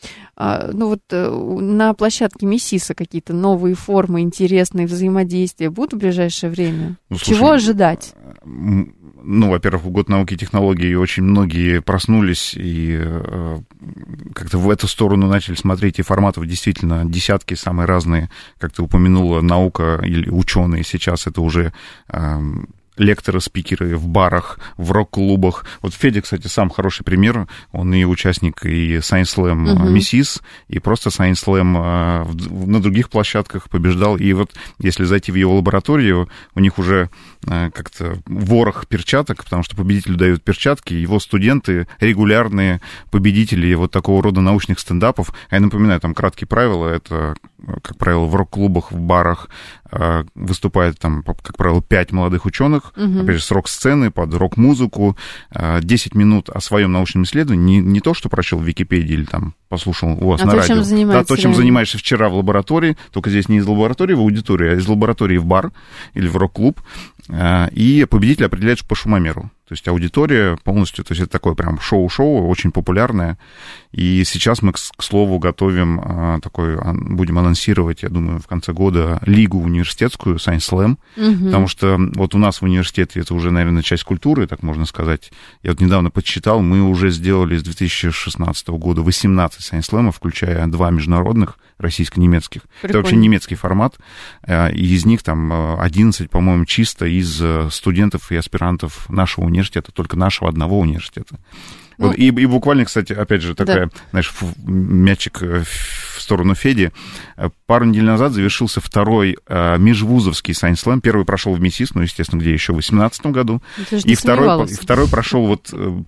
Ну вот на площадке МИСИСа какие-то новые формы, интересные взаимодействия будут в ближайшее время? Ну, слушай, чего ожидать?
Ну, во-первых, в год науки и технологий очень многие проснулись и э, как-то в эту сторону начали смотреть, и форматов действительно десятки, самые разные, как ты упомянула, наука или ученые сейчас это уже... Э, лекторы, спикеры в барах, в рок-клубах. Вот Федя, кстати, сам хороший пример. Он и участник и Science Slam uh-huh. МИСИС, и просто Science Slam на других площадках побеждал. И вот если зайти в его лабораторию, у них уже как-то ворох перчаток, потому что победителю дают перчатки, его студенты регулярные победители вот такого рода научных стендапов. А я напоминаю, там краткие правила. Это, как правило, в рок-клубах, в барах выступает там, как правило, пять молодых ученых, uh-huh. опять же, с рок-сцены, под рок-музыку, десять минут о своем научном исследовании, не, не то, что прочел в Википедии или там послушал у вас а на
то,
радио.
Чем
да, то, чем реально. занимаешься вчера в лаборатории, только здесь не из лаборатории в аудиторию, а из лаборатории в бар или в рок-клуб, и победитель определяется по шумомеру. То есть аудитория полностью, то есть это такое прям шоу-шоу, очень популярное. И сейчас мы, к слову, готовим такой, будем анонсировать, я думаю, в конце года лигу университетскую Science Slam, угу. потому что вот у нас в университете это уже, наверное, часть культуры, так можно сказать. Я вот недавно подсчитал, мы уже сделали с две тысячи шестнадцатого года восемнадцать Science Slam, включая два международных, российско-немецких. Прикольно. Это вообще немецкий формат, и из них там одиннадцать, по-моему, чисто из студентов и аспирантов нашего университета, только нашего одного университета. Ну, вот, и, и буквально, кстати, опять же, такая, да. знаешь, мячик в сторону Феди. Пару недель назад завершился второй а, межвузовский Science Slam. Первый прошел в МИСИС, ну, естественно, где еще в две тысячи восемнадцатом году. И второй, и второй прошел вот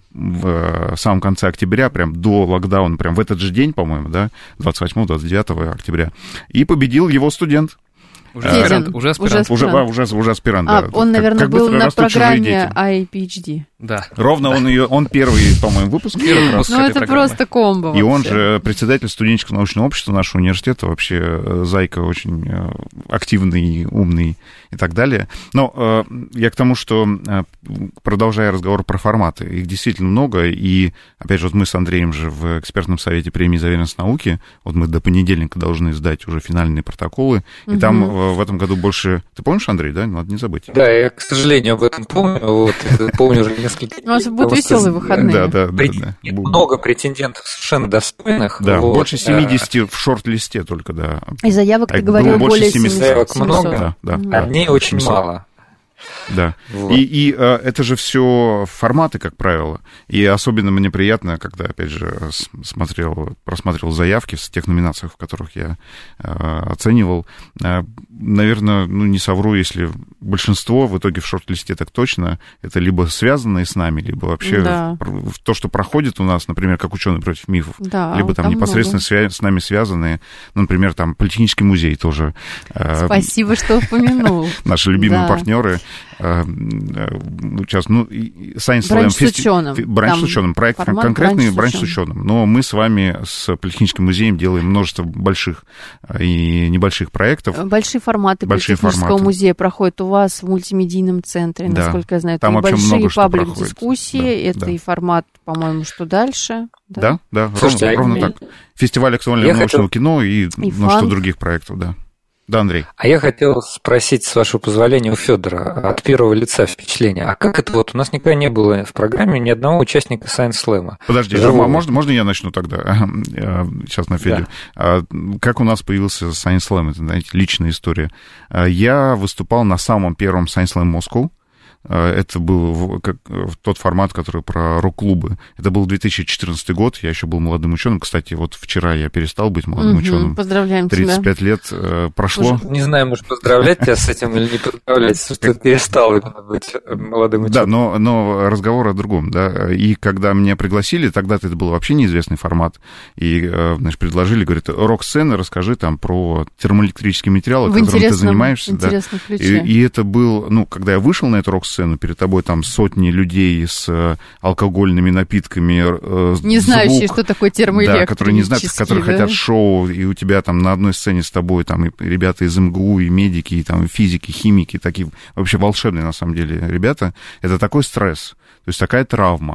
в самом конце октября, прям до локдауна, прям в этот же день, по-моему, да, двадцать восьмого двадцать девятого октября. И победил его студент.
Уже аспирант, уже аспирант.
Уже, уже, уже, уже аспирант,
а,
да.
Он,
как,
наверное,
как
был на программе
ай
пи эйч ди.
Да.
Ровно он ее, он первый, по-моему, выпуск.
Первый выпуск
ну, это
программы.
Просто комбо.
И вообще. Он же председатель студенческого научного общества нашего университета, вообще зайка очень активный, умный и так далее. Но я к тому, что, продолжая разговор про форматы, их действительно много, и, опять же, вот мы с Андреем же в экспертном совете премии за верность науки, вот мы до понедельника должны сдать уже финальные протоколы, и угу. там в этом году больше... Ты помнишь, Андрей, да? Надо не забыть.
Да, я, к сожалению, об этом помню, вот, помню уже несколько...
У нас будут веселые выходные.
Да, да,
да.
да.
Много претендентов совершенно достойных.
Да,
вот.
больше семидесяти в шорт-листе только, да.
И заявок, ты говорил, более семисот.
Заявок много,
да,
да, а дней очень мало.
Да.
Вот.
И, и э, это же все форматы, как правило. И особенно мне приятно, когда, опять же, смотрел, просматривал заявки в тех номинациях, в которых я э, оценивал. Э, наверное, ну, не совру, если большинство в итоге в шорт-листе так точно, это либо связанные с нами, либо вообще
да.
в, в то, что проходит у нас, например, как ученые против мифов,
да,
либо там, там непосредственно свя- с нами связанные, ну, например, там Политехнический музей тоже. Э,
Спасибо, что упомянул.
Наши любимые партнеры. Сейчас, ну, Science
Бранч
Slam,
с ученым.
Бранч с ученым, проект конкретный бранч с ученым. Но мы с вами с Политехническим музеем делаем множество больших и небольших проектов.
Большие форматы
большие
Политехнического
форматы.
музея проходят у вас в мультимедийном центре,
да.
насколько я знаю.
Там
это и большие
Да,
паблик-дискуссии, это
да.
и формат, по-моему, что дальше.
Да, да, да
Слушайте,
ровно, ровно так. Фестиваль актуального научного
хотел...
кино и,
и
множество других проектов, да. Да, Андрей.
А я хотел спросить, с вашего позволения, у Федора от первого лица впечатление. А как это вот? У нас никогда не было в программе ни одного участника Science Slam.
Подожди, а можно, можно я начну тогда? Сейчас на Федю. Да. Как у нас появился Science Slam? Это, знаете, личная история. Я выступал на самом первом Science Slam Moscow. Это был как, тот формат, который про рок-клубы. Это был две тысячи четырнадцатый год, я еще был молодым ученым. Кстати, вот вчера я перестал быть молодым угу, ученым.
Поздравляем
тридцать пять
тебя.
Лет э, прошло.
Может, не знаю, может, поздравлять тебя с этим или не поздравлять, что ты перестал быть молодым ученым.
Да, но, но разговор о другом, да. И когда меня пригласили, тогда-то это был вообще неизвестный формат, и, значит, предложили, говорят, рок-сцены, расскажи там про термоэлектрические материалы,
в
которым ты занимаешься.
В интересном да. ключе.
И, и это был, ну, когда я вышел на эту рок-сцену, сцену, перед тобой там сотни людей с алкогольными напитками,
не
звук,
знающие, что такое термоэлектрический.
Да, которые не знают, которые да? хотят шоу, и у тебя там на одной сцене с тобой там и ребята из эм гэ у, и медики, и там и физики, химики, такие вообще волшебные на самом деле ребята. Это такой стресс, то есть такая травма.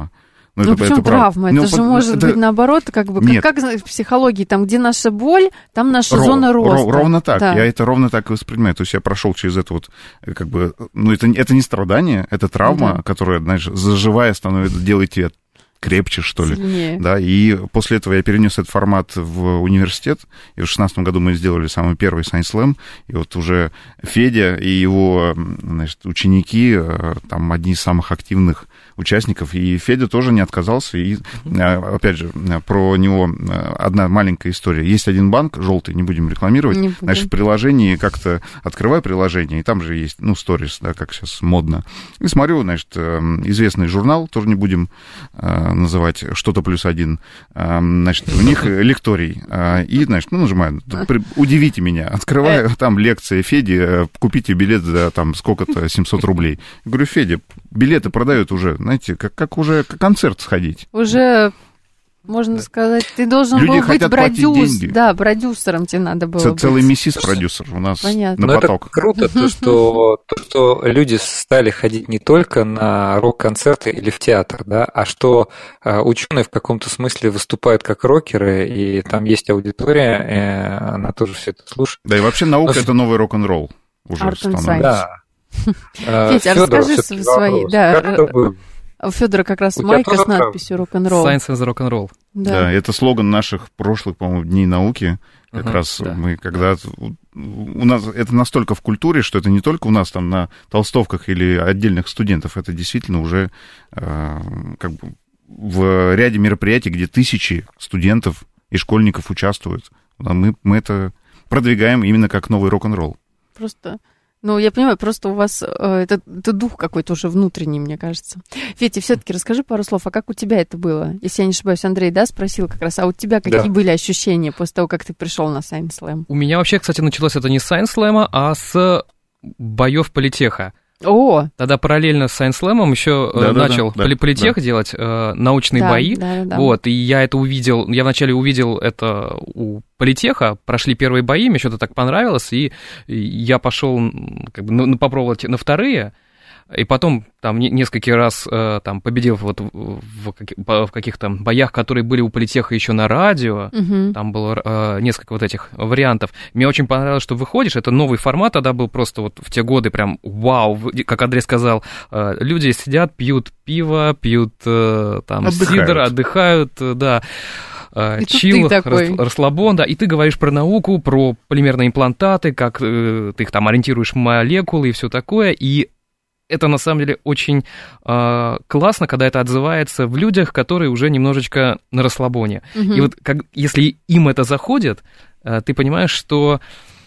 Ну,
это,
почему
это
травма? Это
ну,
же
под...
может
это...
быть наоборот, как бы,
Нет.
как, как в психологии, там, где наша боль, там наша
Ров,
зона роста.
Ров, ровно так,
да.
я это ровно так и воспринимаю. То есть я прошел через это вот, как бы, ну, это, это не страдание, это травма, да. которая, знаешь, заживая становится, делает тебя крепче, что ли.
Сильнее.
Да, и после этого я перенес этот формат в университет, и в шестнадцатом году мы сделали самый первый Science Slam, и вот уже Федя и его, значит, ученики, там, одни из самых активных участников, и Федя тоже не отказался, и, опять же, про него одна маленькая история. Есть один банк, желтый, не будем рекламировать,
не будем.
Значит, в приложении как-то открываю приложение, и там же есть, ну, сторис, да, как сейчас модно, и смотрю, значит, известный журнал, тоже не будем называть, что-то плюс один, значит, у них лекторий, и, значит, ну, нажимаю, удивите меня, открываю, там лекция Феди, купите билет за, там, сколько-то, семьсот рублей. Я говорю, Федя, билеты продают уже, знаете, как, как уже концерт сходить.
Уже... Можно сказать, ты должен
Люди
был быть продюс... да, продюсером тебе надо было
Ц-
быть.
Целый миссис-продюсер у нас
Понятно.
на
Но
поток.
Это круто, то что, то, что люди стали ходить не только на рок-концерты или в театр, да, а что ученые в каком-то смысле выступают как рокеры, и там есть аудитория, и она тоже все это слушает.
Да, и вообще наука
Но...
это новый рок-н-ролл уже
Art and
становится.
Да.
Федя, расскажи свои... У Федора как раз майка с надписью «Рок-н-ролл».
Science is rock'n'roll.
Да.
Да, это слоган наших прошлых, по-моему, Дней науки. Как
Uh-huh,
раз
да.
мы когда... У нас это настолько в культуре, что это не только у нас там на толстовках или отдельных студентов, это действительно уже э, как бы в ряде мероприятий, где тысячи студентов и школьников участвуют. Мы, мы это продвигаем именно как новый рок-н-ролл.
Просто... Ну, я понимаю, просто у вас э, это, это дух какой-то уже внутренний, мне кажется. Федя, все-таки расскажи пару слов, а как у тебя это было? Если я не ошибаюсь, Андрей, да, спросил как раз, а у тебя какие
да.
были ощущения после того, как ты пришел на Science Slam?
У меня вообще, кстати, началось это не с Science Slam, а с боев политеха.
О!
Тогда параллельно с Science Slam еще
да,
начал
да, да,
политех
да.
делать, э, научные
да,
бои.
Да, да.
Вот, и я это увидел, я вначале увидел это у политеха, прошли первые бои, мне что-то так понравилось, и я пошел как бы, ну, попробовать на вторые. И потом там несколько раз э, там, победил вот в, в, в каких-то боях, которые были у политеха еще на радио. Uh-huh. Там было э, несколько вот этих вариантов. Мне очень понравилось, что выходишь. Это новый формат тогда был просто вот в те годы прям вау. Как Андрей сказал, э, люди сидят, пьют пиво, пьют э, там
отдыхают.
сидр, отдыхают, э, да.
И
чил,
такой...
расслабон, да, и ты говоришь про науку, про полимерные имплантаты, как э, ты их там ориентируешь в молекулы и все такое, и это, на самом деле, очень э, классно, когда это отзывается в людях, которые уже немножечко на расслабоне. Угу. И вот как, если им это заходит, э, ты понимаешь, что,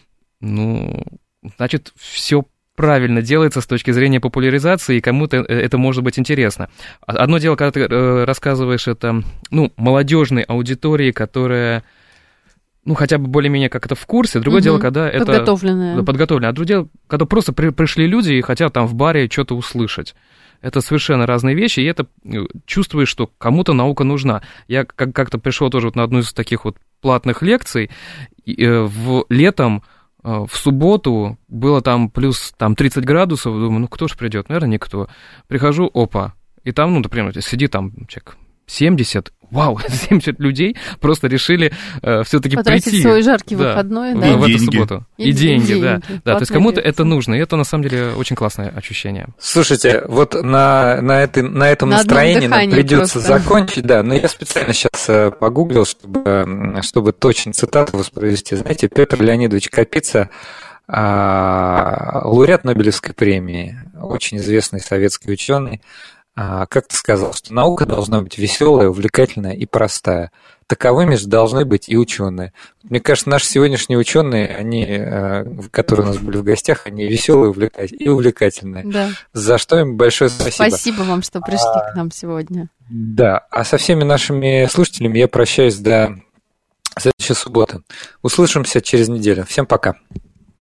ну, значит, все правильно делается с точки зрения популяризации, и кому-то это может быть интересно. Одно дело, когда ты э, рассказываешь это, ну, молодежной аудитории, которая... ну, хотя бы более-менее как-то в курсе. Другое угу. дело, когда это...
Подготовленное.
Да, подготовленное. А другое дело, когда просто при, пришли люди и хотят там в баре что-то услышать. Это совершенно разные вещи, и это чувствуешь, что кому-то наука нужна. Я как- как-то пришел тоже вот на одну из таких вот платных лекций, и, э, в летом, э, в субботу было там плюс там, тридцать градусов, думаю, ну, кто ж придет? Наверное, никто. Прихожу, опа, и там, ну, например, сидит там человек семьдесят, вау, семьдесят людей просто решили э, все-таки
потратить
прийти.
свой жаркий
да,
выходной,
в,
да.
в
И
эту
деньги.
субботу.
И,
И, деньги,
деньги,
да. да. То есть кому-то это нужно, и это на самом деле очень классное ощущение.
Слушайте, вот на, на, этой, на этом
на
настроении нам придется
просто.
закончить, да, но я специально сейчас погуглил, чтобы, чтобы точно цитату воспроизвести. Знаете, Петр Леонидович Капица, лауреат Нобелевской премии, очень известный советский ученый, как-то сказал, что наука должна быть веселая, увлекательная и простая. Таковыми же должны быть и ученые. Мне кажется, наши сегодняшние ученые, они, которые у нас были в гостях, они веселые и увлекательные.
Да.
За что им большое спасибо.
Спасибо вам, что пришли а, к нам сегодня.
Да, а со всеми нашими слушателями я прощаюсь до следующей субботы. Услышимся через неделю. Всем пока.